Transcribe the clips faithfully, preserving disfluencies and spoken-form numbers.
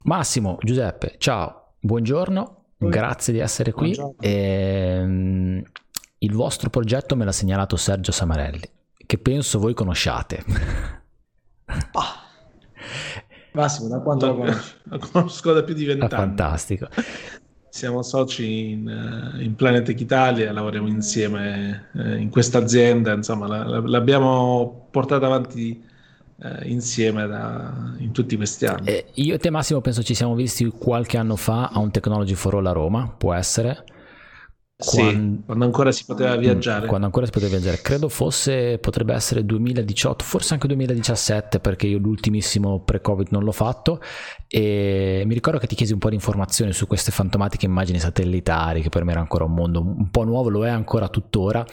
Massimo, Giuseppe, ciao, buongiorno, grazie di essere qui. Ehm, il vostro progetto me l'ha segnalato Sergio Samarelli, che penso voi conosciate. Ah, Massimo, da quanto lo conosci? Lo conosco da più di È vent'anni. fantastico. Siamo soci in, in Planet Tech Italia, lavoriamo insieme eh, in questa azienda, insomma, la- la- l'abbiamo portata avanti eh, insieme da- in tutti questi anni. Eh, io e te, Massimo, penso ci siamo visti qualche anno fa a un Technology for All a Roma, può essere? Sì, Quan- quando ancora si poteva viaggiare. Mm, quando ancora si poteva viaggiare, credo fosse, potrebbe essere duemiladiciotto, forse anche duemiladiciassette, perché io l'ultimissimo pre-Covid non l'ho fatto, e mi ricordo che ti chiesi un po' di informazioni su queste fantomatiche immagini satellitari, che per me era ancora un mondo un po' nuovo, lo è ancora tuttora,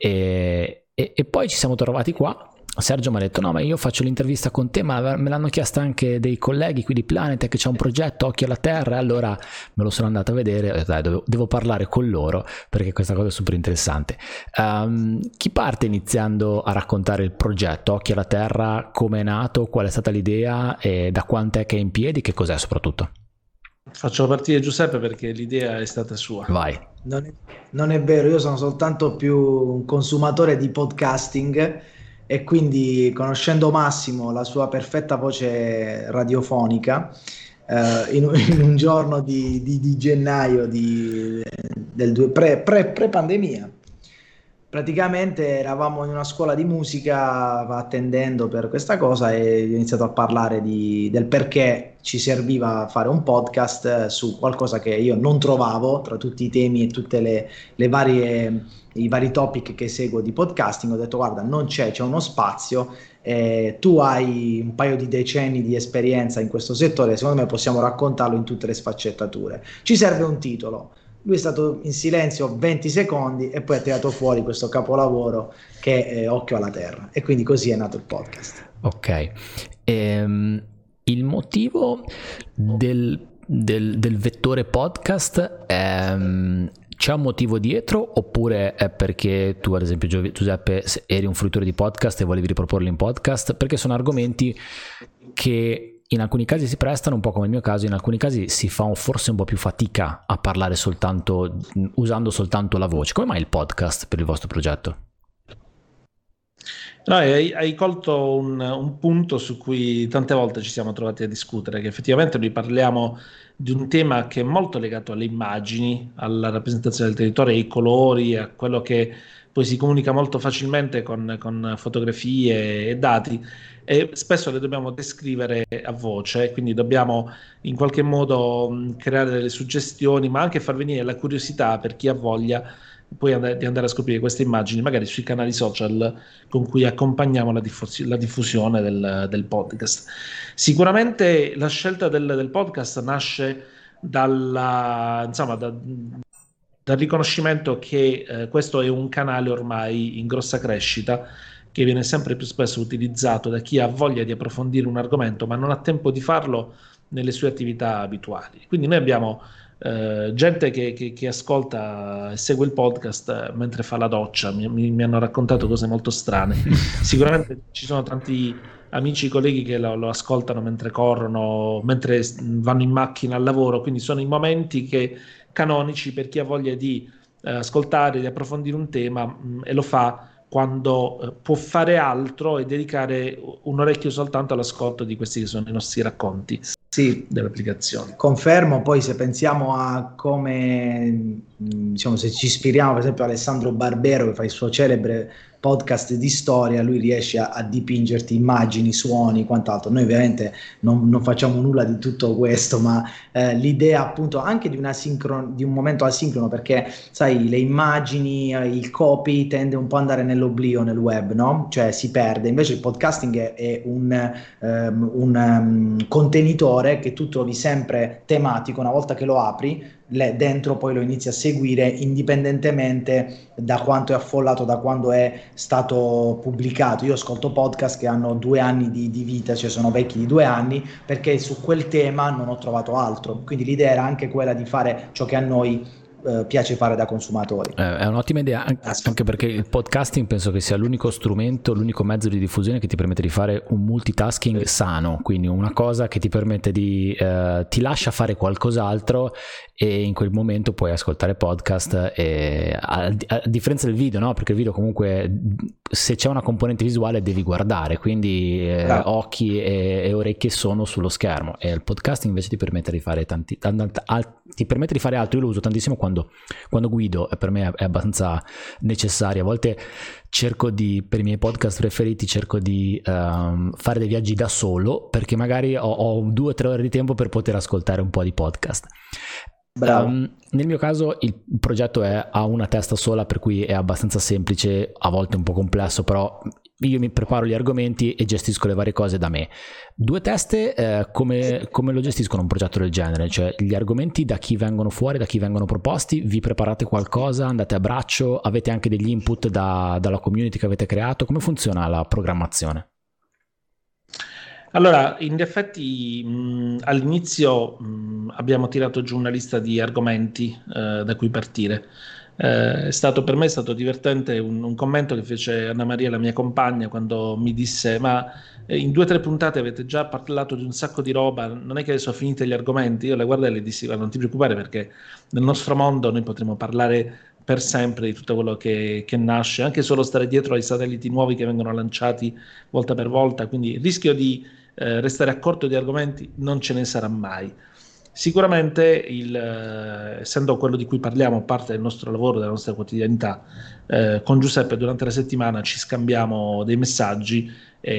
e, e, e poi ci siamo trovati qua. Sergio mi ha detto: no, ma io faccio l'intervista con te, ma me l'hanno chiesta anche dei colleghi qui di Planet, che c'è un progetto Occhi alla Terra. Allora me lo sono andato a vedere, ho detto, dai, devo, devo parlare con loro, perché questa cosa è super interessante. Um, chi parte iniziando a raccontare il progetto Occhi alla Terra? Come è nato? Qual è stata l'idea? E da quant'è che è in piedi? Che cos'è soprattutto? Faccio partire Giuseppe perché l'idea è stata sua. Vai. Non è, non è vero, io sono soltanto più un consumatore di podcasting e quindi, conoscendo Massimo, la sua perfetta voce radiofonica, eh, in, in un giorno di, di- di gennaio di- del due- pre, pre- pre-pandemia, praticamente eravamo in una scuola di musica attendendo per questa cosa e ho iniziato a parlare di- del perché ci serviva fare un podcast eh, su qualcosa che io non trovavo tra tutti i temi e tutte le, le varie, i vari topic che seguo di podcasting. Ho detto: guarda, non c'è, c'è uno spazio, eh, tu hai un paio di decenni di esperienza in questo settore, secondo me possiamo raccontarlo in tutte le sfaccettature. Ci serve un titolo. Lui è stato in silenzio venti secondi e poi ha tirato fuori questo capolavoro che è Occhio alla Terra, e quindi così è nato il podcast. Ok. Ehm, il motivo del, del- del vettore podcast ehm, c'è un motivo dietro, oppure è perché tu, ad esempio, Gio- Giuseppe, se- eri un fruitore di podcast e volevi riproporli in podcast? Perché sono argomenti che in alcuni casi si prestano, un po' come il mio caso, in alcuni casi si fa un- forse un po' più fatica a parlare soltanto usando soltanto la voce. Come mai il podcast per il vostro progetto? No, hai, hai colto un, un punto su cui tante volte ci siamo trovati a discutere, che effettivamente noi parliamo di un tema che è molto legato alle immagini, alla rappresentazione del territorio, ai colori, a quello che poi si comunica molto facilmente con, con fotografie e dati, e spesso le dobbiamo descrivere a voce, quindi dobbiamo in qualche modo mh, creare delle suggestioni, ma anche far venire la curiosità per chi ha voglia poi and- di andare a scoprire queste immagini, magari sui canali social con cui accompagniamo la, diffus- la diffusione del, del podcast. Sicuramente la scelta del, del podcast nasce dalla, insomma, da- dal riconoscimento che eh, questo è un canale ormai in grossa crescita, che viene sempre più spesso utilizzato da chi ha voglia di approfondire un argomento ma non ha tempo di farlo nelle sue attività abituali. Quindi noi abbiamo eh, gente che, che- che ascolta e segue il podcast eh, mentre fa la doccia, mi, mi- mi hanno raccontato cose molto strane. Sicuramente ci sono tanti amici, colleghi che lo, lo ascoltano mentre corrono, mentre s- vanno in macchina al lavoro, quindi sono i momenti che, canonici per chi ha voglia di eh, ascoltare, di approfondire un tema mh, e lo fa quando eh, può fare altro e dedicare un orecchio soltanto all'ascolto di questi che sono i nostri racconti Sì, dell'applicazione. confermo. Poi se pensiamo a come, mh, diciamo, se ci ispiriamo per esempio a Alessandro Barbero, che fa il suo celebre podcast di storia, lui riesce a, a dipingerti immagini, suoni, quant'altro. Noi ovviamente non, non facciamo nulla di tutto questo, ma eh, l'idea appunto anche di, una sincron- di un momento asincrono, perché sai, le immagini, eh, il copy tende un po' ad andare nell'oblio nel web, no? Cioè si perde. Invece il podcasting è, è un, ehm, un um, contenitore che tu trovi sempre tematico. Una volta che lo apri, le, dentro poi lo inizi a seguire indipendentemente da quanto è affollato, da quando è stato pubblicato. Io ascolto podcast che hanno due anni di, di vita, cioè sono vecchi di due anni, perché su quel tema non ho trovato altro. Quindi l'idea era anche quella di fare ciò che a noi eh, piace fare da consumatori. Eh, è un'ottima idea, anche perché il podcasting penso che sia l'unico strumento, l'unico mezzo di diffusione che ti permette di fare un multitasking sano, quindi una cosa che ti permette di eh, ti lascia fare qualcos'altro e in quel momento puoi ascoltare podcast, e, a, a differenza del video, no? Perché il video comunque, se c'è una componente visuale devi guardare, quindi eh, occhi e, e orecchie sono sullo schermo, e il podcasting invece ti permette di fare tanti, tanti, tanti ti permette di fare altro. Io lo uso tantissimo quando, quando guido, e per me è abbastanza necessario. A volte cerco di, per i miei podcast preferiti, cerco di um, fare dei viaggi da solo, perché magari ho, ho due o tre ore di tempo per poter ascoltare un po' di podcast. Bravo. Um, nel mio caso il progetto è a una testa sola, per cui è abbastanza semplice, a volte un po' complesso, però io mi preparo gli argomenti e gestisco le varie cose da me. Due teste, eh, come, come lo gestiscono un progetto del genere? Cioè, gli argomenti da chi vengono fuori, da chi vengono proposti, vi preparate qualcosa, andate a braccio, avete anche degli input da, dalla community che avete creato? Come funziona la programmazione? Allora, in effetti mh, all'inizio mh, abbiamo tirato giù una lista di argomenti eh, da cui partire. Eh, è stato, per me è stato divertente un, un commento che fece Anna Maria, la mia compagna, quando mi disse: ma eh, in due o tre puntate avete già parlato di un sacco di roba, non è che adesso finite gli argomenti? Io la guardai e le dissi: guarda, non ti preoccupare, perché nel nostro mondo noi potremo parlare per sempre di tutto quello che, che nasce, anche solo stare dietro ai satelliti nuovi che vengono lanciati volta per volta, quindi il rischio di Eh, restare a corto di argomenti non ce ne sarà mai. Sicuramente, il, eh, essendo quello di cui parliamo parte del nostro lavoro, della nostra quotidianità, eh, con Giuseppe durante la settimana ci scambiamo dei messaggi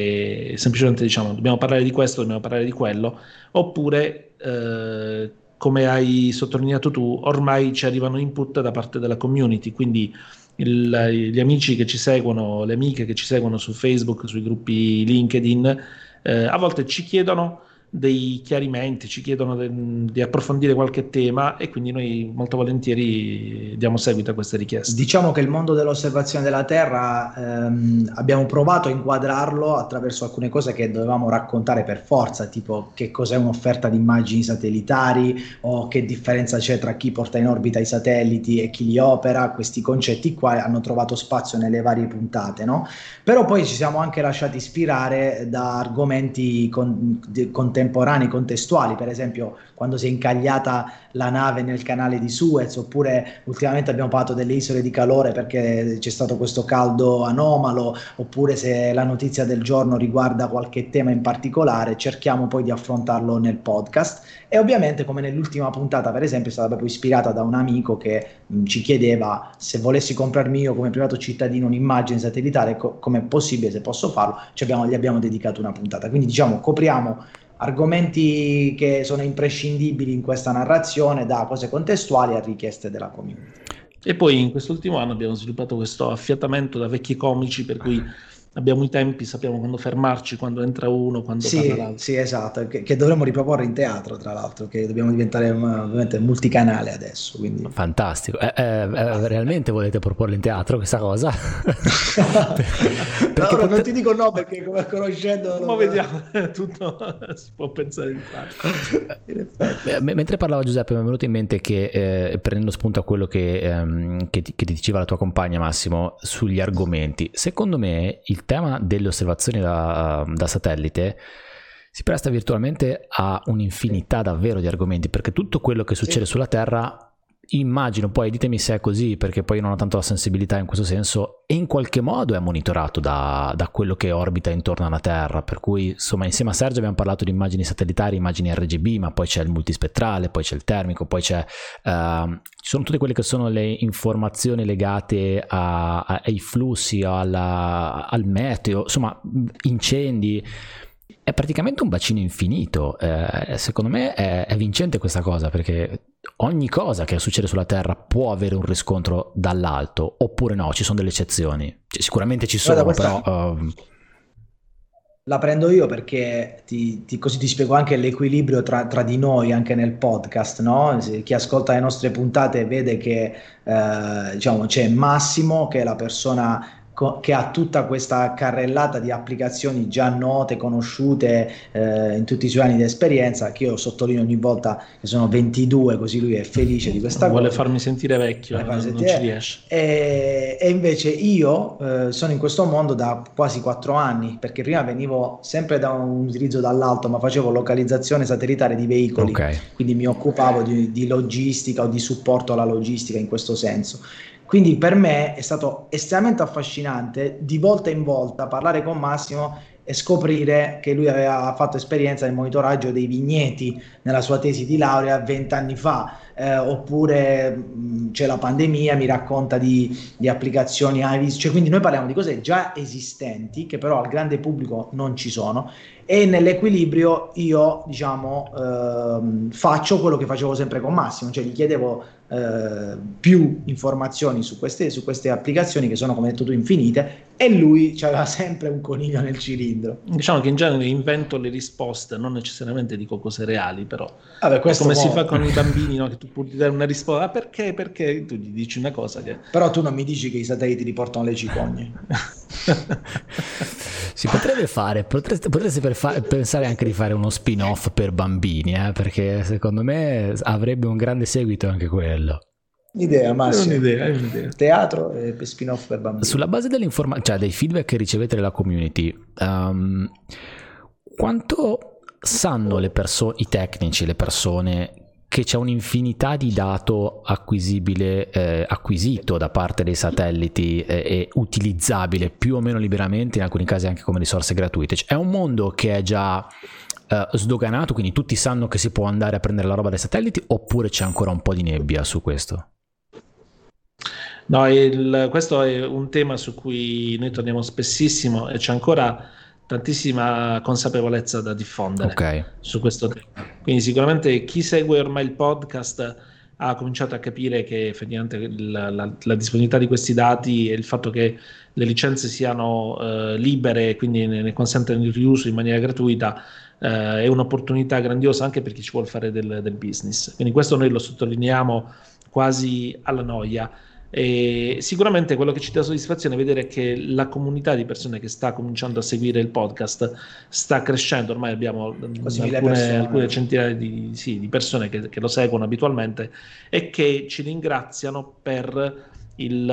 e semplicemente diciamo: dobbiamo parlare di questo, dobbiamo parlare di quello, oppure eh, come hai sottolineato tu, ormai ci arrivano input da parte della community, quindi il, gli amici che ci seguono, le amiche che ci seguono su Facebook, sui gruppi LinkedIn, Eh, a volte ci chiedono dei chiarimenti, ci chiedono de- di approfondire qualche tema, e quindi noi molto volentieri diamo seguito a queste richieste. Diciamo che il mondo dell'osservazione della Terra ehm, abbiamo provato a inquadrarlo attraverso alcune cose che dovevamo raccontare per forza, tipo che cos'è un'offerta di immagini satellitari, o che differenza c'è tra chi porta in orbita i satelliti e chi li opera. Questi concetti qua hanno trovato spazio nelle varie puntate, no? Però poi ci siamo anche lasciati ispirare da argomenti con, de, contemporanei, contestuali, per esempio quando si è incagliata la nave nel canale di Suez, oppure ultimamente abbiamo parlato delle isole di calore perché c'è stato questo caldo anomalo, oppure se la notizia del giorno riguarda qualche tema in particolare, cerchiamo poi di affrontarlo nel podcast. E ovviamente, come nell'ultima puntata per esempio, è stata proprio ispirata da un amico che mh, ci chiedeva se volessi comprarmi io come privato cittadino un'immagine satellitare, co- come è possibile, se posso farlo. Ci abbiamo, gli abbiamo dedicato una puntata, quindi diciamo copriamo argomenti che sono imprescindibili in questa narrazione, da cose contestuali a richieste della community. E poi in quest'ultimo anno abbiamo sviluppato questo affiatamento da vecchi comici, per cui abbiamo i tempi, sappiamo quando fermarci, quando entra uno, quando sì, parla l'altro. Sì, esatto, che, che dovremmo riproporre in teatro, tra l'altro, che dobbiamo diventare ovviamente multicanale adesso. Quindi... Fantastico. Eh, eh, eh, realmente volete proporlo in teatro questa cosa? perché no, pot- non ti dico no, perché come conoscendo... Ma vediamo, tutto si può pensare di fare. Mentre parlava Giuseppe mi è venuto in mente che, eh, prendendo spunto a quello che, ehm, che, ti, che ti diceva la tua compagna Massimo sugli argomenti, secondo me il tema delle osservazioni da, da satellite si presta virtualmente a un'infinità davvero di argomenti, perché tutto quello che succede sì. sulla Terra, immagino, poi ditemi se è così, perché poi non ho tanto la sensibilità in questo senso, e in qualche modo è monitorato da, da quello che orbita intorno alla Terra, per cui insomma insieme a Sergio abbiamo parlato di immagini satellitari, immagini R G B, ma poi c'è il multispettrale, poi c'è il termico, poi c'è uh, ci sono tutte quelle che sono le informazioni legate a, a, ai flussi, alla, al meteo, insomma incendi. È praticamente un bacino infinito. Eh, secondo me è, è vincente questa cosa, perché ogni cosa che succede sulla Terra può avere un riscontro dall'alto, oppure no, ci sono delle eccezioni. Cioè, sicuramente ci sono, questa... però... Uh... La prendo io perché ti, ti, così ti spiego anche l'equilibrio tra, tra di noi anche nel podcast, no? Chi ascolta le nostre puntate vede che eh, diciamo, c'è Massimo, che è la persona co- che ha tutta questa carrellata di applicazioni già note, conosciute eh, in tutti i suoi anni di esperienza, che io sottolineo ogni volta che sono ventidue, così lui è felice di questa Vuole cosa. farmi sentire vecchio, Vuole non, farmi non sentire- ci riesce. E, e invece io eh, sono in questo mondo da quasi quattro anni, perché prima venivo sempre da un utilizzo dall'alto, ma facevo localizzazione satellitare di veicoli, Ok. quindi mi occupavo di, di logistica o di supporto alla logistica in questo senso. Quindi per me è stato estremamente affascinante di volta in volta parlare con Massimo e scoprire che lui aveva fatto esperienza nel monitoraggio dei vigneti nella sua tesi di laurea vent'anni fa. Eh, oppure mh, c'è la pandemia, mi racconta di, di applicazioni I V I S, cioè, quindi noi parliamo di cose già esistenti che però al grande pubblico non ci sono, e nell'equilibrio io diciamo ehm, faccio quello che facevo sempre con Massimo, cioè gli chiedevo eh, più informazioni su queste, su queste applicazioni che sono, come hai detto tu, infinite, e lui aveva sempre un coniglio nel cilindro. Diciamo che in genere invento le risposte, non necessariamente dico cose reali, però Vabbè, è questo come si mo- fa con i bambini, no? Che tu puoi dare una risposta, ah, perché? Perché tu gli dici una cosa che... Però tu non mi dici che i satelliti riportano le cicogne. Si potrebbe fare, potreste, potreste per fa- pensare anche di fare uno spin-off per bambini, eh, perché secondo me avrebbe un grande seguito anche quello. Idea, È Massimo. un'idea, è un'idea. Teatro e spin-off per bambini. Sulla base dell'informa- cioè dei feedback che ricevete dalla community, um, quanto sanno le persone, i tecnici, le persone, che c'è un'infinità di dato acquisibile, eh, acquisito da parte dei satelliti eh, e utilizzabile più o meno liberamente, in alcuni casi anche come risorse gratuite? Cioè, è un mondo che è già eh, sdoganato, quindi tutti sanno che si può andare a prendere la roba dai satelliti, oppure c'è ancora un po' di nebbia su questo? No, il- questo è un tema su cui noi torniamo spessissimo e c'è ancora tantissima consapevolezza da diffondere Ok, su questo tema. Quindi sicuramente chi segue ormai il podcast ha cominciato a capire che effettivamente la, la- la disponibilità di questi dati e il fatto che le licenze siano eh, libere e quindi ne, ne consentono il riuso in maniera gratuita eh, è un'opportunità grandiosa anche per chi ci vuole fare del, del business. Quindi questo noi lo sottolineiamo quasi alla noia. E sicuramente quello che ci dà soddisfazione è vedere che la comunità di persone che sta cominciando a seguire il podcast sta crescendo. Ormai abbiamo Quasi mille alcune, persone. alcune centinaia di, sì, di persone che, che lo seguono abitualmente e che ci ringraziano per il,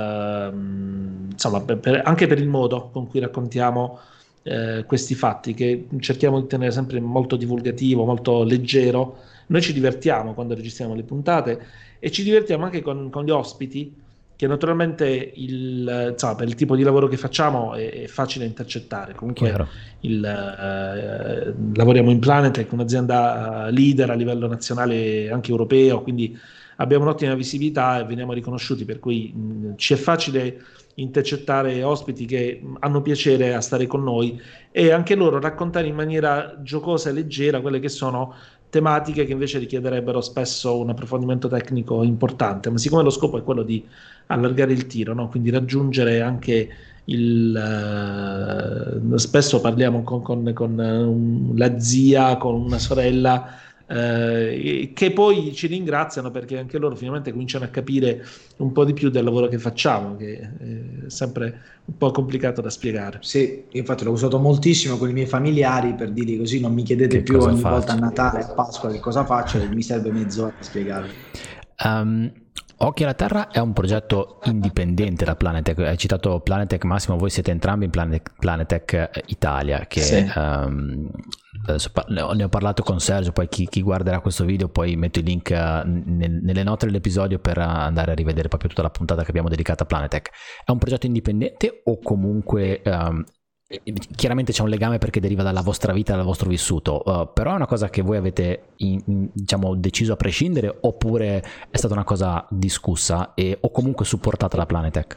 ehm, insomma, per- per- anche per il modo con cui raccontiamo eh, questi fatti, che cerchiamo di tenere sempre molto divulgativo, molto leggero. Noi ci divertiamo quando registriamo le puntate e ci divertiamo anche con, con gli ospiti, che naturalmente il, insomma, per il tipo di lavoro che facciamo è, è facile intercettare. Comunque chiaro. il, eh, lavoriamo in Planetech, un'azienda leader a livello nazionale e anche europeo, quindi abbiamo un'ottima visibilità e veniamo riconosciuti, per cui mh, ci è facile intercettare ospiti che mh, hanno piacere a stare con noi e anche loro raccontare in maniera giocosa e leggera quelle che sono tematiche che invece richiederebbero spesso un approfondimento tecnico importante, ma siccome lo scopo è quello di allargare il tiro, no? Quindi raggiungere anche il... eh, spesso parliamo con, con, con um, la zia, con una sorella, eh, che poi ci ringraziano perché anche loro finalmente cominciano a capire un po' di più del lavoro che facciamo, che è sempre un po' complicato da spiegare. Sì, infatti l'ho usato moltissimo con i miei familiari per dirgli così non mi chiedete Che più cosa ogni faccio. volta a Natale e a Pasqua che cosa faccio, e mi serve mezz'ora a spiegarvi. Um, Occhi alla Terra è un progetto indipendente da Planetech. Hai citato Planetech, Massimo, voi siete entrambi in Planet, Planetech Italia, che Sì. um, adesso par- ne ho parlato con Sergio, poi chi, chi guarderà questo video poi metto il link uh, nel, nelle note dell'episodio per andare a rivedere proprio tutta la puntata che abbiamo dedicata a Planetech. È un progetto indipendente o comunque um, chiaramente c'è un legame perché deriva dalla vostra vita, dal vostro vissuto, uh, però è una cosa che voi avete in, in, diciamo deciso a prescindere, oppure è stata una cosa discussa e, o comunque supportata da Planetech?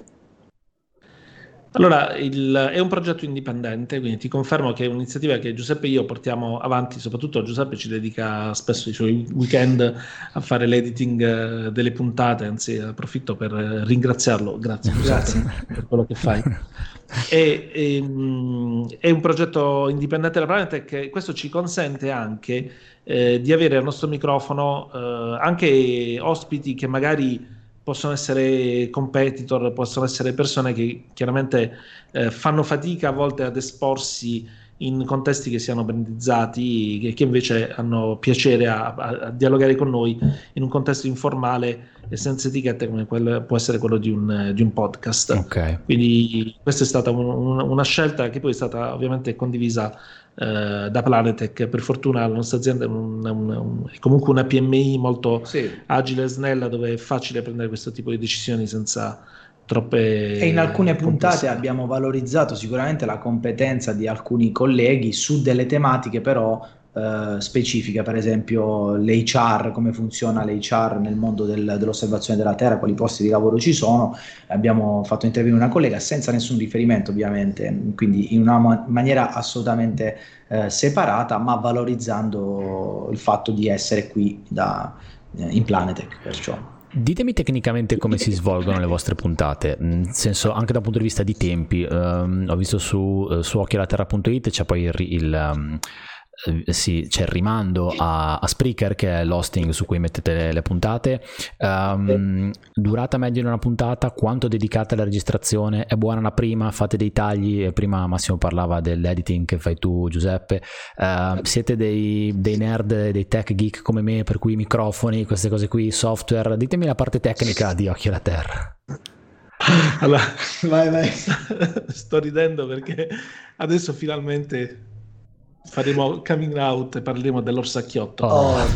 Allora, il, è un progetto indipendente, quindi ti confermo che è un'iniziativa che Giuseppe e io portiamo avanti, soprattutto Giuseppe ci dedica spesso i suoi weekend a fare l'editing eh, delle puntate, anzi approfitto per eh, ringraziarlo, grazie Giuseppe Grazie. per quello che fai. E, e, mh, è un progetto indipendente da Planetech che questo ci consente anche eh, di avere al nostro microfono eh, anche ospiti che magari possono essere competitor, possono essere persone che chiaramente eh, fanno fatica a volte ad esporsi in contesti che siano brandizzati, che, che invece hanno piacere a, a, a dialogare con noi in un contesto informale e senza etichette come quel, può essere quello di un, di un podcast. Okay. Quindi questa è stata un, un, una scelta che poi è stata ovviamente condivisa eh, da Planetech. Per fortuna la nostra azienda è, un, un, un, è comunque una P M I molto sì. agile e snella, dove è facile prendere questo tipo di decisioni senza troppe. E in alcune puntate complessità. abbiamo valorizzato sicuramente la competenza di alcuni colleghi su delle tematiche però eh, specifiche, per esempio l'H R, come funziona l'H R nel mondo del, dell'osservazione della Terra, quali posti di lavoro ci sono. Abbiamo fatto intervenire una collega senza nessun riferimento ovviamente, quindi in una ma- maniera assolutamente eh, separata, ma valorizzando il fatto di essere qui da, eh, in Planetech, perciò. Ditemi tecnicamente come si svolgono le vostre puntate, nel senso anche dal punto di vista di tempi. Um, ho visto su, su occhio alla terra punto it c'è poi il, il, um, eh, sì, c'è il rimando a, a Spreaker, che è l'hosting su cui mettete le, le puntate. Um, durata media di una puntata, quanto dedicate alla registrazione? È buona la prima? Fate dei tagli? Prima Massimo parlava dell'editing che fai tu, Giuseppe. Uh, siete dei, dei nerd, dei tech geek come me, per cui microfoni, queste cose qui, software? Ditemi la parte tecnica di occhio alla terra. Allora, vai, vai. Sto ridendo perché adesso finalmente faremo coming out e parleremo dell'orsacchiotto. Oh, oh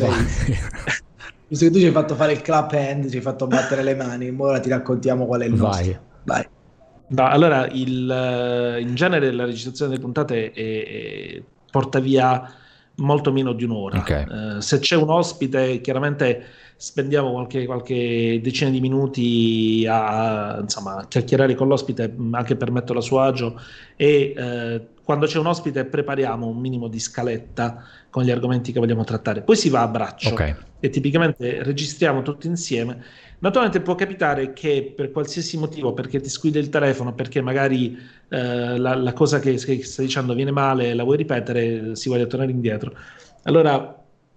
visto che tu ci hai fatto fare il clap hand, ci hai fatto battere le mani, ora ti raccontiamo qual è il vai. nostro. Vai. No, allora, il, in genere la registrazione delle puntate è, è, porta via molto meno di un'ora. Okay. Uh, se c'è un ospite, chiaramente spendiamo qualche, qualche decina di minuti a, insomma, chiacchierare con l'ospite, anche per metterlo a suo agio, e eh, quando c'è un ospite prepariamo un minimo di scaletta con gli argomenti che vogliamo trattare, poi si va a braccio. Okay. E tipicamente registriamo tutti insieme. Naturalmente può capitare che per qualsiasi motivo, perché ti squilla il telefono, perché magari eh, la, la cosa che, che stai dicendo viene male, la vuoi ripetere, si voglia tornare indietro. Allora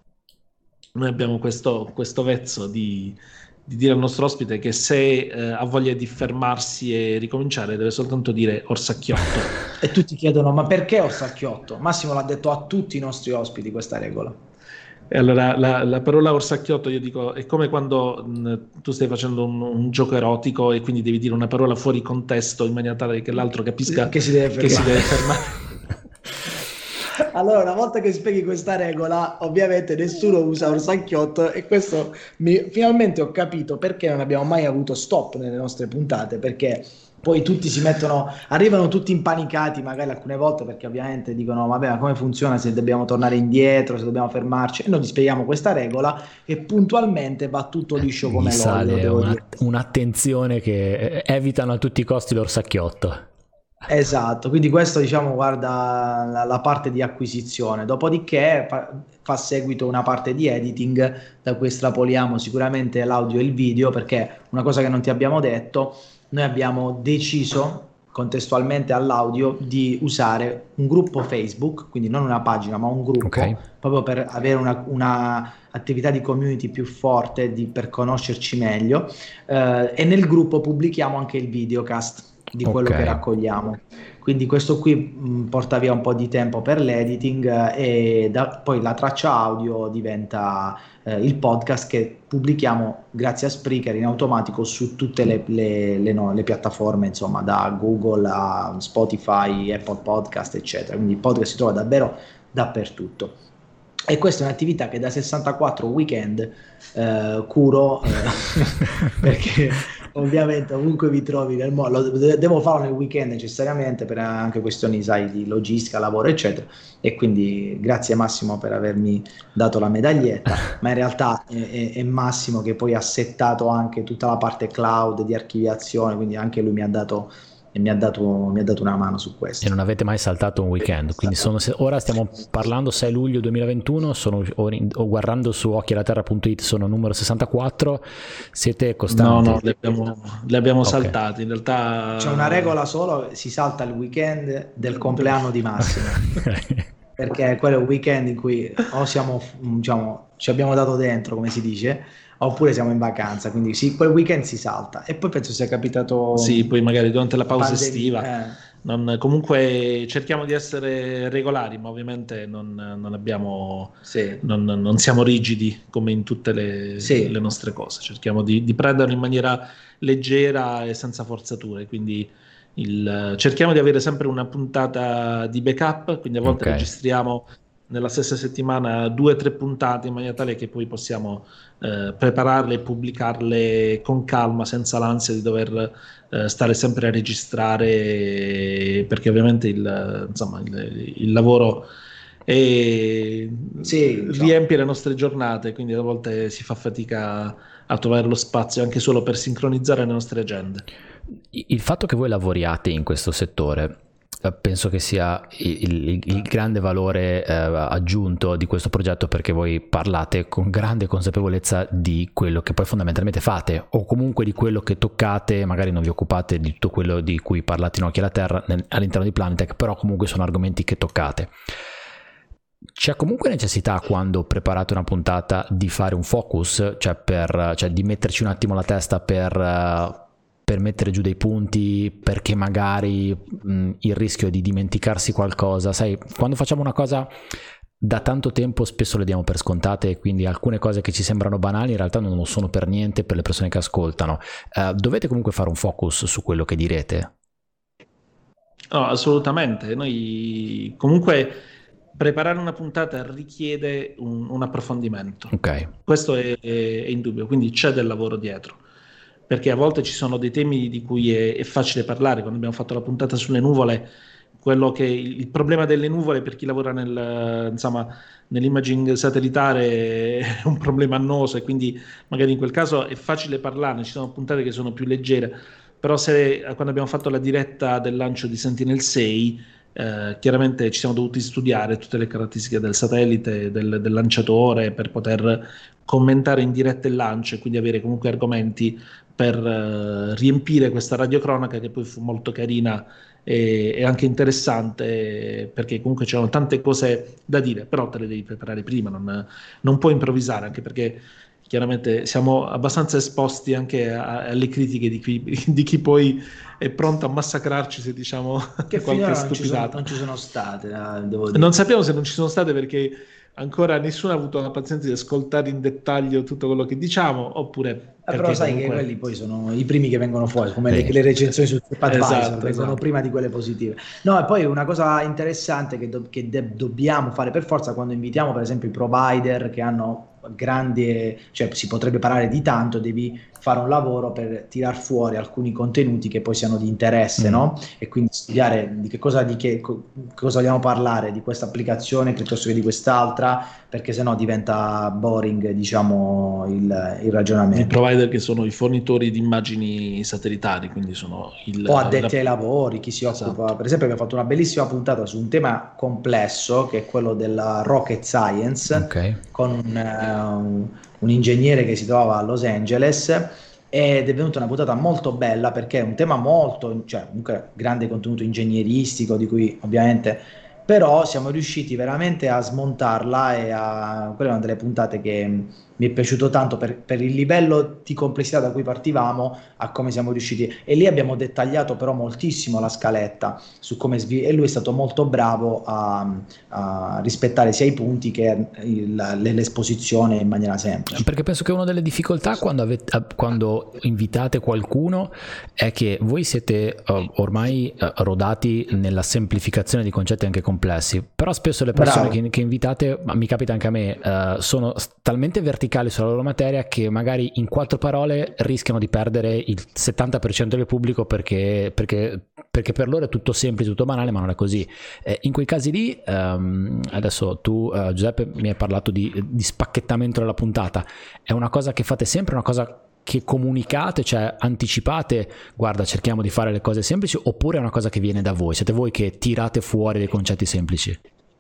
noi abbiamo questo, questo vezzo di, di dire al nostro ospite che se eh, ha voglia di fermarsi e ricominciare deve soltanto dire orsacchiotto. E tutti chiedono: ma perché orsacchiotto? Massimo l'ha detto a tutti i nostri ospiti questa regola. E allora la, la parola orsacchiotto, io dico, è come quando mh, tu stai facendo un, un gioco erotico e quindi devi dire una parola fuori contesto in maniera tale che l'altro capisca che si deve fermare. Che si deve fermare. Allora, una volta che spieghi questa regola, ovviamente nessuno usa orsacchiotto, e questo mi, finalmente ho capito perché non abbiamo mai avuto stop nelle nostre puntate, perché poi tutti si mettono, arrivano tutti impanicati magari alcune volte, perché ovviamente dicono: vabbè, ma come funziona, se dobbiamo tornare indietro, se dobbiamo fermarci? E noi gli spieghiamo questa regola e puntualmente va tutto liscio come Mi l'olio. sale devo una, dire. un'attenzione che evitano a tutti i costi l'orsacchiotto. Esatto, quindi questo, diciamo, guarda la, la parte di acquisizione. Dopodiché fa, fa seguito una parte di editing, da cui estrapoliamo sicuramente l'audio e il video, perché una cosa che non ti abbiamo detto: noi abbiamo deciso contestualmente all'audio di usare un gruppo Facebook, quindi non una pagina ma un gruppo, okay, proprio per avere una, una attività di community più forte, di, per conoscerci meglio, eh, e nel gruppo pubblichiamo anche il videocast di quello okay. che raccogliamo. Quindi questo qui mh, porta via un po' di tempo per l'editing, eh, e da, poi la traccia audio diventa eh, il podcast che pubblichiamo grazie a Spreaker in automatico su tutte le, le, le, no, le piattaforme, insomma, da Google a Spotify, Apple Podcast, eccetera. Quindi il podcast si trova davvero dappertutto. E questa è un'attività che da sessantaquattro weekend eh, curo, eh, perché ovviamente ovunque vi trovi nel mondo, devo farlo nel weekend necessariamente per anche questioni, sai, di logistica, lavoro, eccetera. E quindi grazie Massimo per avermi dato la medaglietta, ma in realtà è, è, è Massimo che poi ha settato anche tutta la parte cloud di archiviazione, quindi anche lui mi ha dato e mi ha dato, mi ha dato una mano su questo. E non avete mai saltato un weekend, quindi sono, ora stiamo parlando sei luglio duemilaventuno, sono, o guardando su occhio alla terra punto it sono numero sessantaquattro, siete costanti? No, no, le abbiamo, le abbiamo okay. saltate, in realtà c'è una regola solo: si salta il weekend del compleanno di Massimo. perché quello è un weekend in cui o siamo, diciamo, ci abbiamo dato dentro, come si dice, oppure siamo in vacanza, quindi sì, quel weekend si salta. E poi penso sia capitato... Sì, poi magari durante la pausa pandemia, estiva. eh. Non, comunque cerchiamo di essere regolari, ma ovviamente non, non abbiamo, Sì. non, non siamo rigidi come in tutte le, Sì. le nostre cose. Cerchiamo di, di prenderlo in maniera leggera e senza forzature. Quindi il, cerchiamo di avere sempre una puntata di backup, quindi a volte Ok. registriamo nella stessa settimana due o tre puntate in maniera tale che poi possiamo eh, prepararle e pubblicarle con calma, senza l'ansia di dover eh, stare sempre a registrare, perché ovviamente il, insomma, il, il lavoro è, Sì, riempie le nostre giornate, quindi a volte si fa fatica a trovare lo spazio anche solo per sincronizzare le nostre agende. Il fatto che voi lavoriate in questo settore penso che sia il, il, il grande valore eh, aggiunto di questo progetto, perché voi parlate con grande consapevolezza di quello che poi fondamentalmente fate, o comunque di quello che toccate. Magari non vi occupate di tutto quello di cui parlate in Occhi alla Terra nel, all'interno di Planetech, però comunque sono argomenti che toccate. C'è comunque necessità, quando preparate una puntata, di fare un focus, cioè, per, cioè di metterci un attimo la testa per... Uh, per mettere giù dei punti, perché magari mh, il rischio è di dimenticarsi qualcosa. Sai, quando facciamo una cosa da tanto tempo spesso le diamo per scontate, e quindi alcune cose che ci sembrano banali in realtà non lo sono per niente per le persone che ascoltano. Uh, dovete comunque fare un focus su quello che direte. No, assolutamente. Noi comunque preparare una puntata richiede un, un approfondimento. Ok. Questo è, è, è indubbio, quindi c'è del lavoro dietro. Perché a volte ci sono dei temi di cui è, è facile parlare. Quando abbiamo fatto la puntata sulle nuvole, quello che il problema delle nuvole per chi lavora nel, insomma, nell'imaging satellitare è un problema annoso, e quindi magari in quel caso è facile parlarne. Ci sono puntate che sono più leggere, però se quando abbiamo fatto la diretta del lancio di Sentinel sei, eh, chiaramente ci siamo dovuti studiare tutte le caratteristiche del satellite, del, del lanciatore, per poter commentare in diretta il lancio e quindi avere comunque argomenti per uh, riempire questa radiocronaca, che poi fu molto carina e, e anche interessante, perché comunque c'erano tante cose da dire, però te le devi preparare prima, non, non puoi improvvisare, anche perché chiaramente siamo abbastanza esposti anche a, alle critiche di chi, di chi poi è pronto a massacrarci se diciamo che qualche non ci, sono, stupidata. non ci sono state, eh, devo dire. Non sappiamo se non ci sono state, perché ancora nessuno ha avuto la pazienza di ascoltare in dettaglio tutto quello che diciamo, oppure Eh, però sai comunque... che quelli poi sono i primi che vengono fuori, come Sì. le, le recensioni su TripAdvisor, Esatto, vengono esatto. prima di quelle positive. No, e poi una cosa interessante che, do- che de- dobbiamo fare per forza quando invitiamo per esempio i provider che hanno grandi, cioè si potrebbe parlare di tanto, devi fare un lavoro per tirar fuori alcuni contenuti che poi siano di interesse, Mm. no? E quindi studiare di che cosa, di che co- cosa vogliamo parlare, di questa applicazione piuttosto che di quest'altra, perché sennò diventa boring, diciamo, il, il I ragionamento. provider che sono i fornitori di immagini satellitari, quindi sono il... O addetti il- ai lavori, chi si Esatto. occupa. Per esempio abbiamo fatto una bellissima puntata su un tema complesso che è quello della rocket science, Ok. con un, eh, un- un ingegnere che si trovava a Los Angeles, ed è venuta una puntata molto bella perché è un tema molto, cioè comunque grande contenuto ingegneristico di cui ovviamente, però siamo riusciti veramente a smontarla, e a... quella è una delle puntate che mi è piaciuto tanto per, per il livello di complessità da cui partivamo a come siamo riusciti, e lì abbiamo dettagliato però moltissimo la scaletta su come svi- e lui è stato molto bravo a, a rispettare sia i punti che il- l'esposizione in maniera semplice. Perché penso che una delle difficoltà quando, avete, quando invitate qualcuno è che voi siete uh, ormai uh, rodati nella semplificazione di concetti anche complessi, però spesso le persone che, che invitate, ma mi capita anche a me, uh, sono talmente verticali sulla loro materia che magari in quattro parole rischiano di perdere il settanta per cento del pubblico, perché, perché, perché per loro è tutto semplice, tutto banale, ma non è così. Eh, in quei casi lì, um, adesso tu uh, Giuseppe mi hai parlato di, di spacchettamento della puntata, è una cosa che fate sempre, una cosa che comunicate, cioè anticipate, guarda cerchiamo di fare le cose semplici, oppure è una cosa che viene da voi, siete voi che tirate fuori dei concetti semplici?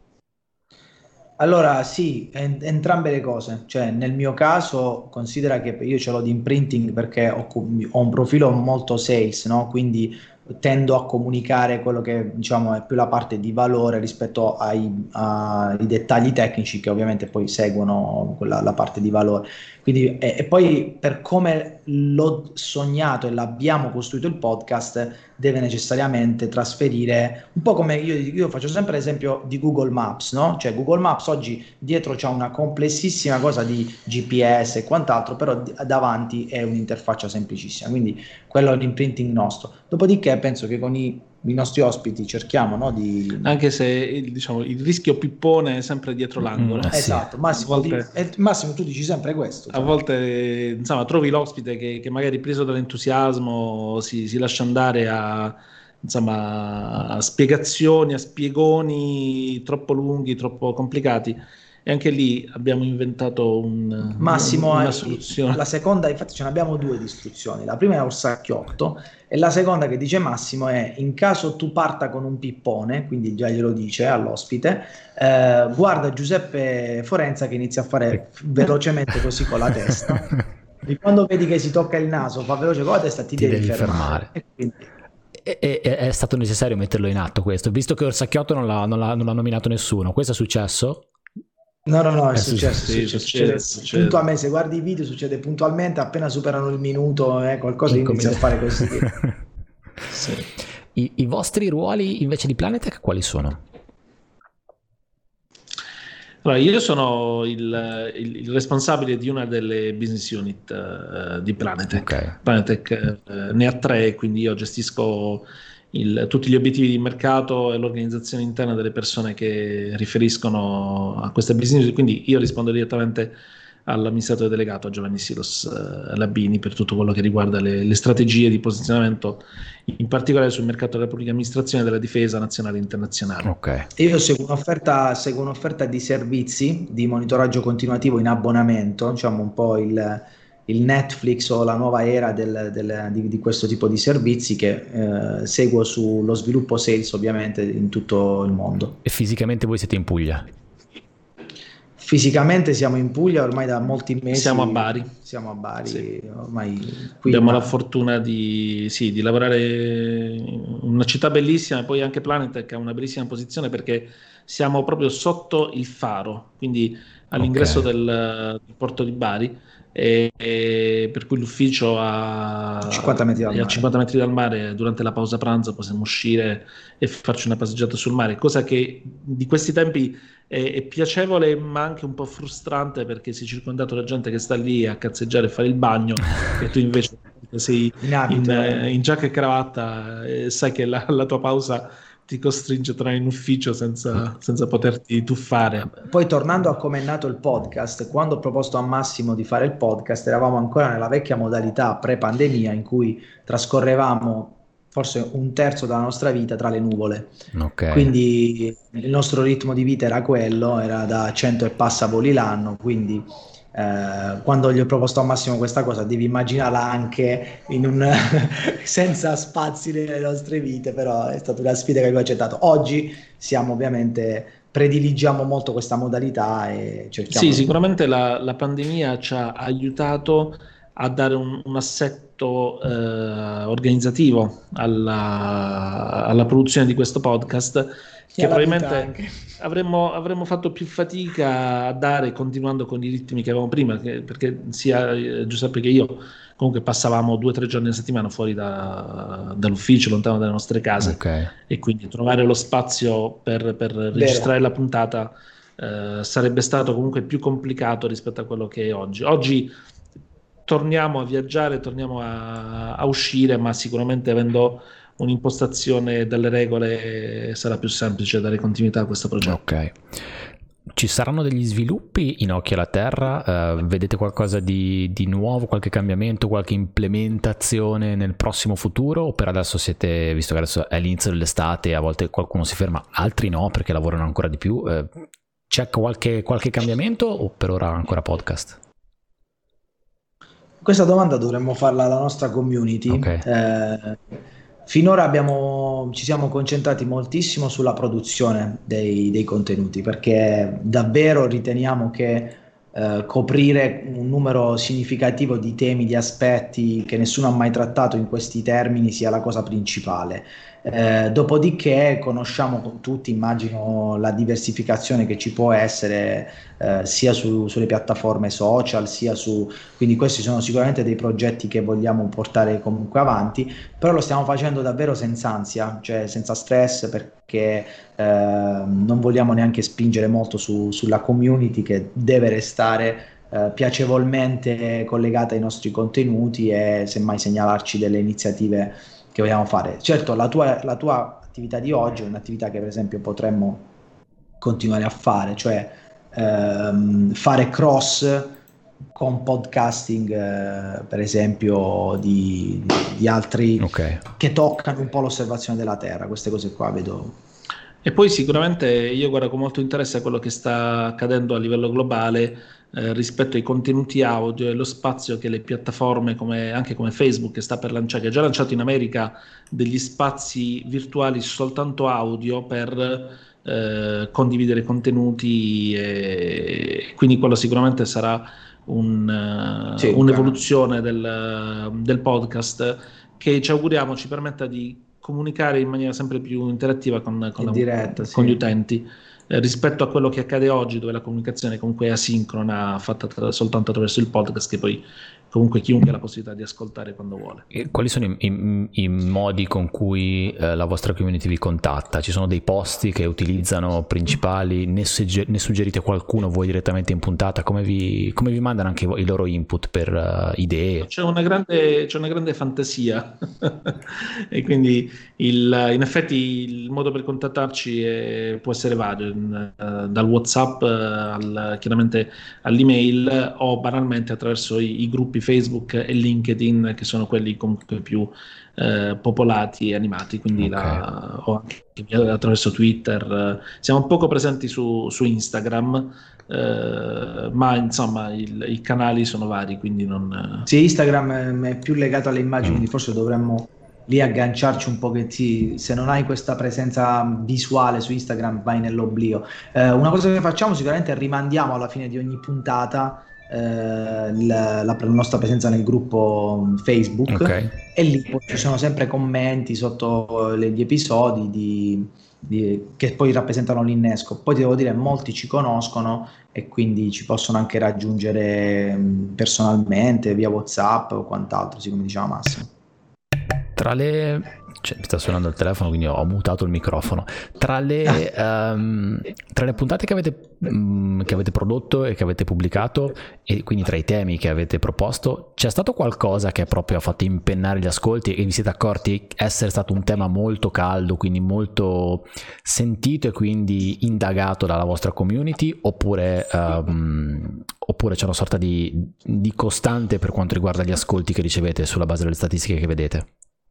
Allora, sì, en- entrambe le cose. Cioè, nel mio caso, considera che io ce l'ho di imprinting perché ho, cu- ho un profilo molto sales, no? Quindi tendo a comunicare quello che diciamo è più la parte di valore rispetto ai, ai dettagli tecnici che ovviamente poi seguono quella, la parte di valore. Quindi, e, e poi per come l'ho sognato e l'abbiamo costruito il podcast, deve necessariamente trasferire un po' come io, io faccio sempre l'esempio di Google Maps, no? Cioè Google Maps oggi dietro c'è una complessissima cosa di G P S e quant'altro, però davanti è un'interfaccia semplicissima, quindi quello è l'imprinting nostro. Dopodiché penso che con i, i nostri ospiti cerchiamo, no, di... Anche se il, diciamo, il rischio pippone è sempre dietro l'angolo. Mm, esatto, Massimo, volte, di, Massimo tu dici sempre questo. A cioè. volte insomma, trovi l'ospite che, che magari preso dall'entusiasmo si, si lascia andare a, insomma, a spiegazioni, a spiegoni troppo lunghi, troppo complicati. E anche lì abbiamo inventato un, Massimo, un, una soluzione. La seconda, infatti ce ne abbiamo due di istruzioni. La prima è orsacchiotto e la seconda che dice Massimo è: in caso tu parta con un pippone, quindi già glielo dice all'ospite, eh, guarda Giuseppe Forenza che inizia a fare velocemente così con la testa. E quando vedi che si tocca il naso, fa veloce con la testa, ti, ti devi, devi fermare. fermare. E quindi... E, e, è stato necessario metterlo in atto questo, visto che Orsacchiotto non l'ha, non l'ha, non l'ha nominato nessuno. Questo è successo? No, no, no, è, è successo, sì, succede, succede, succede puntualmente. Se guardi i video succede puntualmente, appena superano il minuto, eh, qualcosa inizia a fare così. Sì. I, I vostri ruoli invece di Planetech quali sono? Allora, io sono il, il, il responsabile di una delle business unit uh, di Planetech. Okay. Planetech uh, ne ha tre, quindi io gestisco Il, tutti gli obiettivi di mercato e l'organizzazione interna delle persone che riferiscono a questa business, quindi io rispondo direttamente all'amministratore delegato, a Giovanni Silos eh, Labini, per tutto quello che riguarda le, le strategie di posizionamento, in particolare sul mercato della pubblica amministrazione e della difesa nazionale e internazionale. Okay. Io seguo un'offerta, seguo un'offerta di servizi di monitoraggio continuativo in abbonamento, diciamo un po' il il Netflix o la nuova era del, del, di, di questo tipo di servizi che eh, seguo sullo sviluppo sales ovviamente in tutto il mondo. E fisicamente voi siete in Puglia? Fisicamente siamo in Puglia ormai da molti mesi. Siamo a Bari. Siamo a Bari, sì. Ormai qui. Abbiamo ma... la fortuna di, sì, di lavorare in una città bellissima e poi anche Planetech ha una bellissima posizione perché siamo proprio sotto il faro, quindi all'ingresso okay. del, del porto di Bari. E, e per cui l'ufficio a cinquanta metri dal a cinquanta metri dal mare, durante la pausa pranzo possiamo uscire e farci una passeggiata sul mare, cosa che di questi tempi è, è piacevole ma anche un po' frustrante perché sei circondato da gente che sta lì a cazzeggiare e fare il bagno e tu invece sei in, abito, in, in giacca e cravatta e sai che la, la tua pausa ti costringe a tornare in ufficio senza, senza poterti tuffare. Poi tornando a come è nato il podcast, quando ho proposto a Massimo di fare il podcast eravamo ancora nella vecchia modalità pre-pandemia in cui trascorrevamo forse un terzo della nostra vita tra le nuvole. Okay. Quindi il nostro ritmo di vita era quello, era da cento e passa voli l'anno, quindi Eh, quando gli ho proposto a Massimo questa cosa, devi immaginarla anche in un senza spazi nelle nostre vite, però è stata una sfida che abbiamo accettato. Oggi siamo ovviamente prediligiamo molto questa modalità e cerchiamo. Sì, sicuramente la, la pandemia ci ha aiutato a dare un, un assetto eh, organizzativo alla, alla produzione di questo podcast che probabilmente avremmo, avremmo fatto più fatica a dare continuando con i ritmi che avevamo prima, che, perché sia eh, Giuseppe che io comunque passavamo due o tre giorni a settimana fuori da, dall'ufficio, lontano dalle nostre case, okay. E quindi trovare lo spazio per, per registrare la puntata eh, sarebbe stato comunque più complicato rispetto a quello che è oggi. Oggi torniamo a viaggiare, torniamo a, a uscire, ma sicuramente avendo un'impostazione delle regole sarà più semplice dare continuità a questo progetto. Ok. Ci saranno degli sviluppi in Occhi alla Terra? Uh, vedete qualcosa di, di nuovo, qualche cambiamento, qualche implementazione nel prossimo futuro? O per adesso siete, visto che adesso è l'inizio dell'estate e a volte qualcuno si ferma, altri no perché lavorano ancora di più, uh, c'è qualche, qualche cambiamento o per ora ancora podcast? Questa domanda dovremmo farla alla nostra community. Okay. Eh, finora abbiamo, ci siamo concentrati moltissimo sulla produzione dei, dei contenuti perché davvero riteniamo che eh, coprire un numero significativo di temi, di aspetti che nessuno ha mai trattato in questi termini sia la cosa principale. Eh, dopodiché conosciamo tutti, immagino, la diversificazione che ci può essere eh, sia su, sulle piattaforme social, sia su... Quindi questi sono sicuramente dei progetti che vogliamo portare comunque avanti, però lo stiamo facendo davvero senza ansia, cioè senza stress, perché eh, non vogliamo neanche spingere molto su, sulla community, che deve restare eh, piacevolmente collegata ai nostri contenuti e semmai segnalarci delle iniziative che vogliamo fare. Certo, la tua, la tua attività di oggi è un'attività che per esempio potremmo continuare a fare, cioè ehm, fare cross con podcasting eh, per esempio di, di altri okay. che toccano un po' l'osservazione della Terra. Queste cose qua vedo. E poi sicuramente io guardo con molto interesse a quello che sta accadendo a livello globale eh, rispetto ai contenuti audio e lo spazio che le piattaforme come, anche come Facebook, che sta per lanciare, che ha già lanciato in America degli spazi virtuali soltanto audio per eh, condividere contenuti, e quindi quello sicuramente sarà un, Sì, un'evoluzione del, del podcast, che ci auguriamo ci permetta di comunicare in maniera sempre più interattiva con, con, in la, diretta, con sì. gli utenti eh, rispetto a quello che accade oggi, dove la comunicazione comunque è asincrona, fatta tra, soltanto attraverso il podcast, che poi comunque chiunque ha la possibilità di ascoltare quando vuole. E quali sono i, i, i modi con cui eh, la vostra community vi contatta? Ci sono dei posti che utilizzano principali? Ne, sugger- ne suggerite qualcuno voi direttamente in puntata? Come vi, come vi mandano anche i loro input per uh, idee? C'è una grande, c'è una grande fantasia e quindi il, in effetti il modo per contattarci è, può essere vario, in, uh, dal WhatsApp uh, al, chiaramente all'email, o banalmente attraverso i, i gruppi Facebook e LinkedIn, che sono quelli comunque più eh, popolati e animati, quindi Okay. la, o anche attraverso Twitter. Siamo poco presenti su, su Instagram, eh, ma insomma il, i canali sono vari, quindi non... Sì, Instagram è più legato alle immagini, Mm. quindi forse dovremmo lì agganciarci un pochettino. Se non hai questa presenza visuale su Instagram, vai nell'oblio. Eh, una cosa che facciamo sicuramente è rimandiamo alla fine di ogni puntata eh, la, la nostra presenza nel gruppo Facebook, Ok. e lì poi ci sono sempre commenti sotto le- gli episodi di, di- che poi rappresentano l'innesco. Poi ti devo dire, molti ci conoscono e quindi ci possono anche raggiungere mh, personalmente via WhatsApp o quant'altro, sì, come diceva Massimo. Tra le... Cioè, mi sta suonando il telefono, quindi ho mutato il microfono. Tra le, ehm, tra le puntate che avete, mh, che avete prodotto e che avete pubblicato, e quindi tra i temi che avete proposto, c'è stato qualcosa che proprio ha fatto impennare gli ascolti e vi siete accorti essere stato un tema molto caldo, quindi molto sentito e quindi indagato dalla vostra community, oppure, ehm, oppure c'è una sorta di, di costante per quanto riguarda gli ascolti che ricevete sulla base delle statistiche che vedete?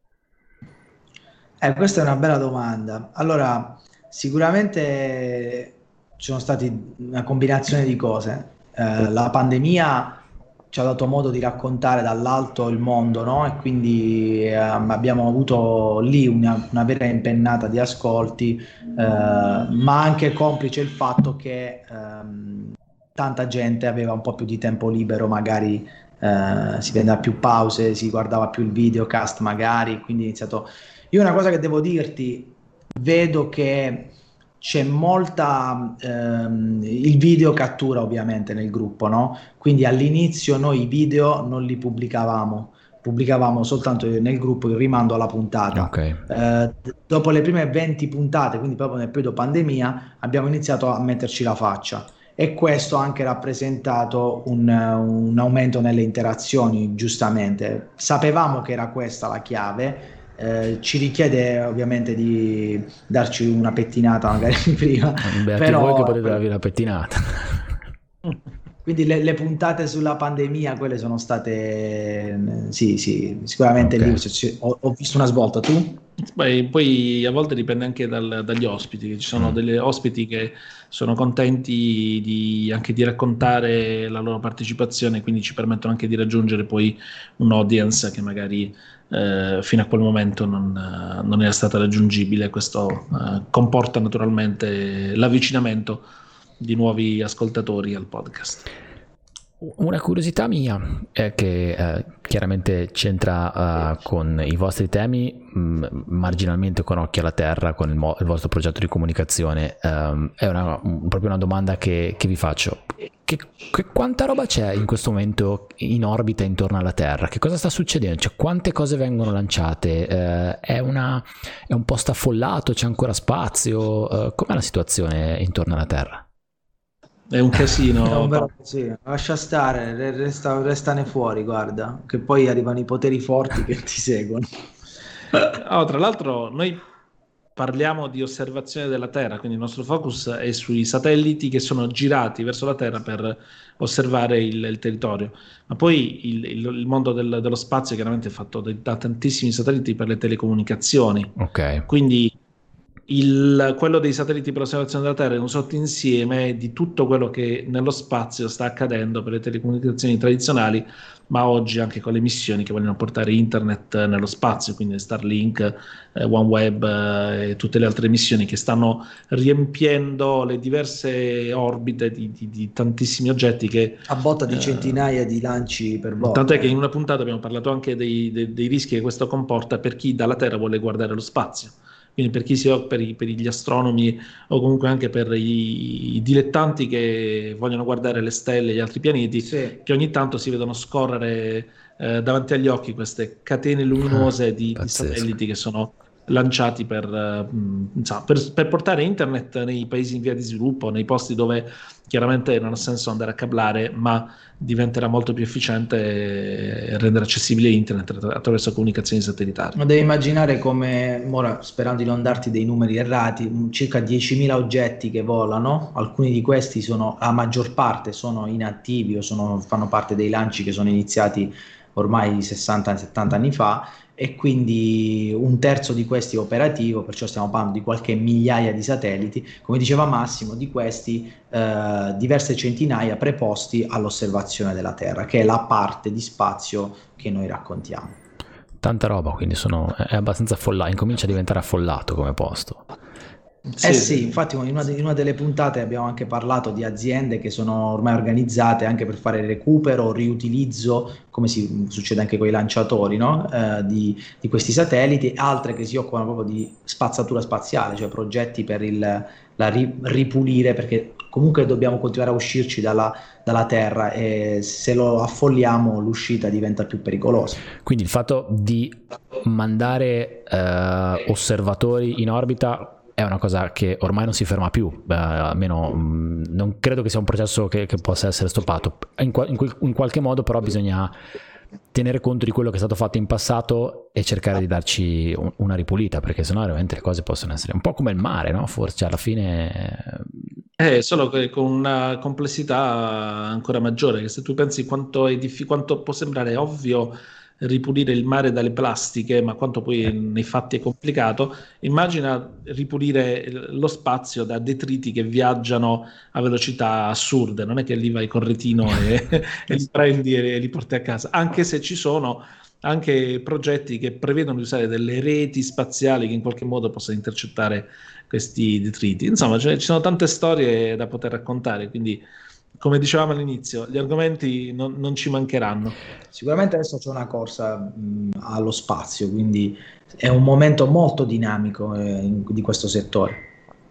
Eh, questa è una bella domanda. Allora, sicuramente ci sono stati una combinazione di cose. Eh, la pandemia ci ha dato modo di raccontare dall'alto il mondo, no? E quindi eh, abbiamo avuto lì una, una vera impennata di ascolti, eh, ma anche complice il fatto che ehm, tanta gente aveva un po' più di tempo libero, magari eh, si prendeva più pause, si guardava più il videocast magari, quindi è iniziato... Io una cosa che devo dirti, vedo che c'è molta, ehm, il video cattura ovviamente nel gruppo, no? Quindi all'inizio noi i video non li pubblicavamo, pubblicavamo soltanto nel gruppo il rimando alla puntata. Ok. Eh, d- dopo le prime venti puntate, quindi proprio nel periodo pandemia, abbiamo iniziato a metterci la faccia. E questo ha anche rappresentato un, un aumento nelle interazioni, giustamente. Sapevamo che era questa la chiave. Eh, ci richiede ovviamente di darci una pettinata magari prima, Beati però voi che potete darvi una pettinata. quindi le, le puntate sulla pandemia, quelle sono state eh, sì, sì, sicuramente Ok. lì c- c- ho, ho visto una svolta. Tu? Beh, poi a volte dipende anche dal- dagli ospiti, che ci sono Mm. degli ospiti che sono contenti di, anche di raccontare la loro partecipazione, quindi ci permettono anche di raggiungere poi un audience che magari eh, fino a quel momento non, eh, non era stata raggiungibile. Questo eh, comporta naturalmente l'avvicinamento di nuovi ascoltatori al podcast. Una curiosità mia è che eh, chiaramente c'entra uh, con i vostri temi, mh, marginalmente con Occhi alla Terra, con il, mo- il vostro progetto di comunicazione. Um, è una, un, proprio una domanda che, che vi faccio. Che, che quanta roba c'è in questo momento in orbita intorno alla Terra? Che cosa sta succedendo? Cioè, quante cose vengono lanciate? Uh, è, una, è un posto affollato? C'è ancora spazio? Uh, com'è la situazione intorno alla Terra? È un casino. È un vero- sì, lascia stare, re- resta, restane fuori, guarda, che poi arrivano i poteri forti che ti seguono. Oh, tra l'altro noi parliamo di osservazione della Terra, quindi il nostro focus è sui satelliti che sono girati verso la Terra per osservare il, il territorio, ma poi il, il- il mondo del- dello spazio chiaramente è fatto da da tantissimi satelliti per le telecomunicazioni, Ok. quindi il- quello dei satelliti per l'osservazione della Terra è un sottoinsieme di tutto quello che nello spazio sta accadendo per le telecomunicazioni tradizionali, ma oggi anche con le missioni che vogliono portare internet nello spazio, quindi Starlink, eh, OneWeb eh, e tutte le altre missioni che stanno riempiendo le diverse orbite di, di- di tantissimi oggetti che A botta di eh, centinaia di lanci per tant'è che volta. in una puntata abbiamo parlato anche dei, dei- dei rischi che questo comporta per chi dalla Terra vuole guardare lo spazio. Quindi per chi si occupa, per, i- per gli astronomi o comunque anche per i, i dilettanti che vogliono guardare le stelle e gli altri pianeti, Sì. che ogni tanto si vedono scorrere eh, davanti agli occhi queste catene luminose di, di Pazzesco. satelliti che sono lanciati per, eh, mh, insomma, per, per portare internet nei paesi in via di sviluppo, nei posti dove chiaramente non ha senso andare a cablare, ma diventerà molto più efficiente e rendere accessibile internet attra- attraverso comunicazioni satellitari. Ma devi immaginare come, ora sperando di non darti dei numeri errati, mh, circa diecimila oggetti che volano, alcuni di questi sono, la maggior parte sono inattivi o sono- fanno parte dei lanci che sono iniziati ormai sessanta settanta anni fa e quindi un terzo di questi è operativo, perciò stiamo parlando di qualche migliaia di satelliti, come diceva Massimo, di questi eh, diverse centinaia preposti all'osservazione della Terra, che è la parte di spazio che noi raccontiamo. Tanta roba, quindi sono, è abbastanza affollato, incomincia a diventare affollato come posto. Eh sì, infatti in una, de- in una delle puntate abbiamo anche parlato di aziende che sono ormai organizzate anche per fare recupero, riutilizzo, come si, succede anche con i lanciatori, no? Eh, di, di questi satelliti, altre che si occupano proprio di spazzatura spaziale, cioè progetti per il, la ri- ripulire, perché comunque dobbiamo continuare a uscirci dalla, dalla Terra e se lo affolliamo l'uscita diventa più pericolosa. Quindi il fatto di mandare eh, osservatori in orbita è una cosa che ormai non si ferma più, eh, almeno mh, non credo che sia un processo che, che possa essere stoppato. In, qual- in quel- in qualche modo però bisogna tenere conto di quello che è stato fatto in passato e cercare di darci un- una ripulita, perché sennò veramente le cose possono essere un po' come il mare, no? Forse alla fine... Eh, solo che con una complessità ancora maggiore, che se tu pensi quanto, è diffi- quanto può sembrare ovvio ripulire il mare dalle plastiche, ma quanto poi nei fatti è complicato, immagina ripulire lo spazio da detriti che viaggiano a velocità assurde, non è che lì vai col retino e, e li prendi e li porti a casa, anche se ci sono anche progetti che prevedono di usare delle reti spaziali che in qualche modo possano intercettare questi detriti. Insomma, cioè, ci sono tante storie da poter raccontare, quindi come dicevamo all'inizio, gli argomenti non, non ci mancheranno. Sicuramente adesso c'è una corsa mh, allo spazio, quindi è un momento molto dinamico eh, in- di questo settore.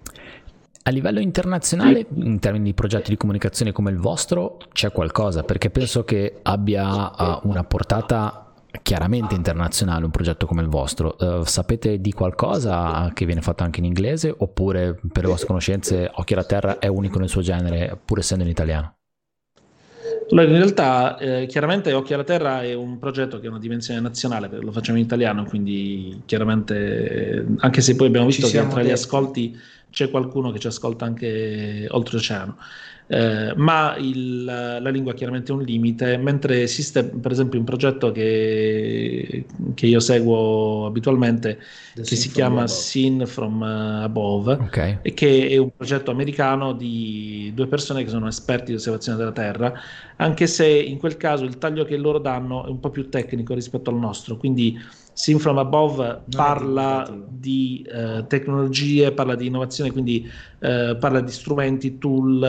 A livello internazionale, in termini di progetti di comunicazione come il vostro, c'è qualcosa? Perché penso che abbia uh, una portata chiaramente internazionale un progetto come il vostro. Uh, sapete di qualcosa che viene fatto anche in inglese oppure per le vostre conoscenze Occhi alla Terra è unico nel suo genere pur essendo in italiano? Allora, in realtà, eh, chiaramente Occhi alla Terra è un progetto che ha una dimensione nazionale, perché lo facciamo in italiano, quindi chiaramente, eh, anche se poi abbiamo visto Ci che siamo tra gli detti. ascolti c'è qualcuno che ci ascolta anche oltreoceano. Eh, ma il- la lingua chiaramente è un limite, mentre esiste per esempio un progetto che, che io seguo abitualmente The che Scene si from the chiama Above. Scene from eh, Above, Ok. e che è un progetto americano di due persone che sono esperti di osservazione della Terra, anche se in quel caso il taglio che loro danno è un po' più tecnico rispetto al nostro, quindi Scene from Above è parla divulgativo. di eh, tecnologie, parla di innovazione, quindi eh, parla di strumenti, tool,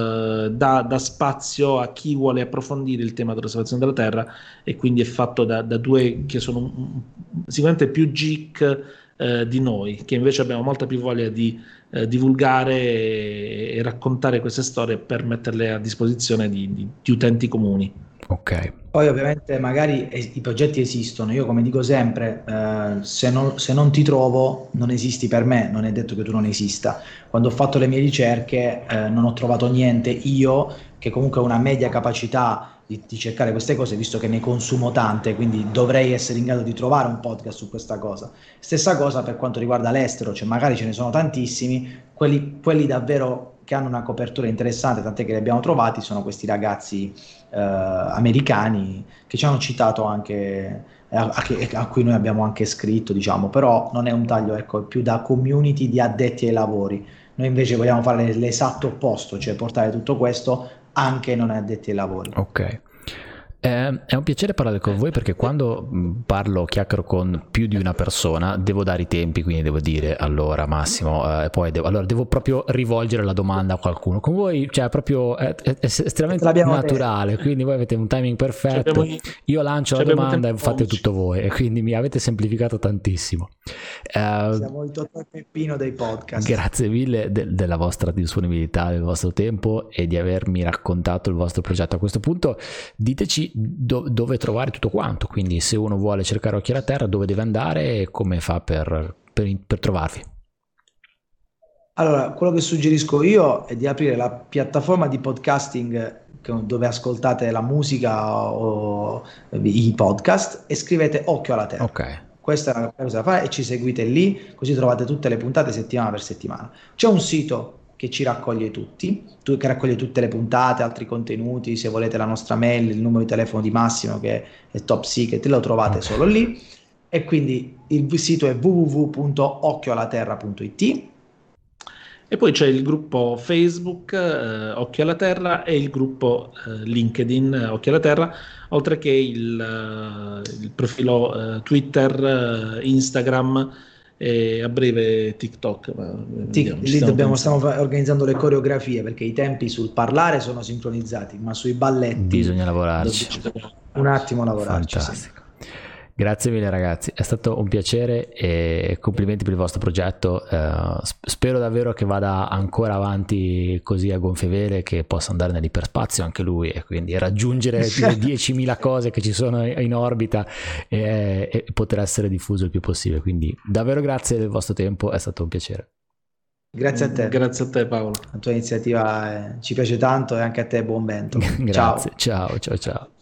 eh, dà, dà spazio a chi vuole approfondire il tema dell'osservazione della Terra, e quindi è fatto da, da due che sono un, sicuramente più geek eh, di noi, che invece abbiamo molta più voglia di eh, divulgare e, e raccontare queste storie per metterle a disposizione di, di, di utenti comuni. Ok. Poi ovviamente magari es- i progetti esistono, io come dico sempre, eh, se, non, se non ti trovo non esisti per me, non è detto che tu non esista. Quando ho fatto le mie ricerche eh, non ho trovato niente io, che comunque ho una media capacità di, di cercare queste cose, visto che ne consumo tante, quindi dovrei essere in grado di trovare un podcast su questa cosa. Stessa cosa per quanto riguarda l'estero, cioè magari ce ne sono tantissimi, quelli, quelli davvero che hanno una copertura interessante, tant'è che li abbiamo trovati, sono questi ragazzi eh, americani che ci hanno citato anche, a, a, a cui noi abbiamo anche scritto, diciamo, però non è un taglio, ecco, è più da community di addetti ai lavori. Noi invece vogliamo fare l'esatto opposto, cioè portare tutto questo anche non addetti ai lavori. Ok. Eh, è un piacere parlare con voi, perché quando parlo, chiacchiero con più di una persona, devo dare i tempi, quindi devo dire allora Massimo, eh, poi devo, allora devo proprio rivolgere la domanda a qualcuno. Con voi, cioè, proprio è, è, è estremamente naturale, detto. Quindi voi avete un timing perfetto, io lancio la domanda e fate tutto voi, e quindi mi avete semplificato tantissimo. Eh, siamo il Totò Peppino dei podcast. Grazie mille de- della vostra disponibilità, del vostro tempo e di avermi raccontato il vostro progetto. A questo punto diteci do- dove trovare tutto quanto, quindi se uno vuole cercare Occhi alla Terra, dove deve andare e come fa per, per, per trovarvi. Allora, quello che suggerisco io è di aprire la piattaforma di podcasting dove ascoltate la musica o i podcast e scrivete Occhio alla Terra. Ok. Questa è la cosa da fare, e ci seguite lì, così trovate tutte le puntate settimana per settimana. C'è un sito che ci raccoglie tutti, che raccoglie tutte le puntate, altri contenuti, se volete la nostra mail, il numero di telefono di Massimo che è top secret, lo trovate solo lì, e quindi il sito è w w w punto occhio alla terra punto i t. E poi c'è il gruppo Facebook eh, Occhio alla Terra e il gruppo eh, LinkedIn eh, Occhio alla Terra, oltre che il, eh, il profilo eh, Twitter, eh, Instagram e a breve TikTok. Ma vediamo, lì dobbiamo, stiamo organizzando le coreografie, perché i tempi sul parlare sono sincronizzati, ma sui balletti bisogna lavorarci. Un attimo lavorarci. Fantastico. Sì. Grazie mille ragazzi, è stato un piacere e complimenti per il vostro progetto. Uh, spero davvero che vada ancora avanti così a gonfie vele, che possa andare nell'iperspazio anche lui e quindi raggiungere le diecimila cose che ci sono in orbita e, e poter essere diffuso il più possibile. Quindi davvero grazie del vostro tempo, è stato un piacere. Grazie a te. Grazie a te Paolo. La tua iniziativa è, ci piace tanto, e anche a te buon vento. Grazie, ciao ciao ciao.